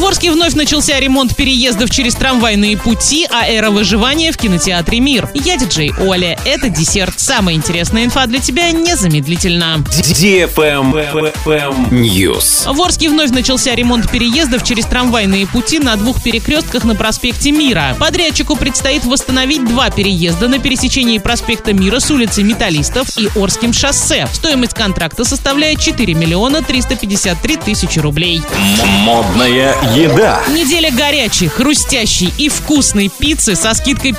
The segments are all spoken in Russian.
Орске вновь начался ремонт переездов через трамвайные пути, а эра выживания в кинотеатре «Мир». Я диджей Оля. Это десерт. Самая интересная инфа для тебя незамедлительно. News. В Орске вновь начался ремонт переездов через трамвайные пути на 2 перекрестках на проспекте Мира. Подрядчику предстоит восстановить 2 переезда на пересечении проспекта Мира с улицей Металлистов и Орским шоссе. Стоимость контракта составляет 4 миллиона 353 тысячи рублей. Модная еда. Неделя горячей, хрустящей и вкусной пиццы со скидкой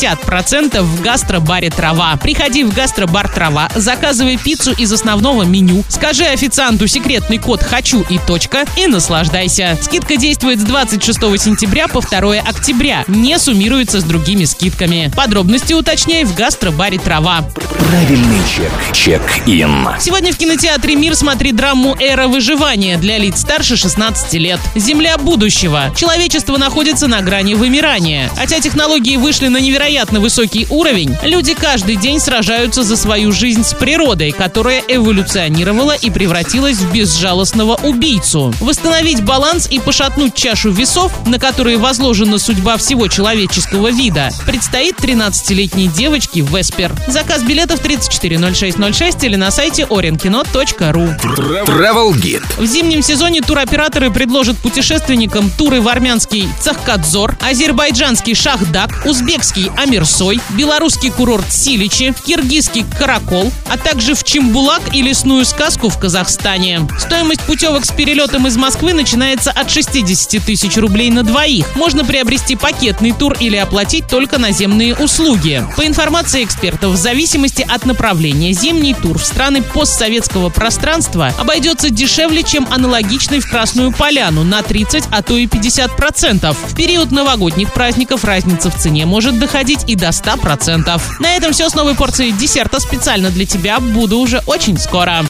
50% в гастробаре «Трава». Приходи в гастробар «Трава», заказывай пиццу из основного меню, скажи официанту секретный код «Хочу» и точка и наслаждайся. Скидка действует с 26 сентября по 2 октября. Не суммируется с другими скидками. Подробности уточняй в гастробаре «Трава». Правильный чек. Чек-ин. Сегодня в кинотеатре «Мир» смотри драму «Эра выживания» для лиц старше 16 лет. Земля будущего. Человечество находится на грани вымирания. Хотя технологии вышли на невероятно высокий уровень, люди каждый день сражаются за свою жизнь с природой, которая эволюционировала и превратилась в безжалостного убийцу. Восстановить баланс и пошатнуть чашу весов, на которые возложена судьба всего человеческого вида, предстоит 13-летней девочке Веспер. Заказ билетов 340606 или на сайте orinkino.ru. Travel Guide. В зимнем сезоне туроператоры предложат путешественникам туры в армянский Цахкадзор, азербайджанский Шахдаг, узбекский Амирсой, белорусский курорт Силичи, киргизский Каракол, а также в Чимбулак и лесную сказку в Казахстане. Стоимость путевок с перелетом из Москвы начинается от 60 тысяч рублей на двоих. Можно приобрести пакетный тур или оплатить только наземные услуги. По информации экспертов, в зависимости от направления, зимний тур в страны постсоветского пространства обойдется дешевле, чем аналогичный в Красную Поляну на 30, а то и 50%. В период новогодних праздников разница в цене может доходить и до 100%. На этом все с новой порцией десерта специально для тебя. Буду уже очень скоро.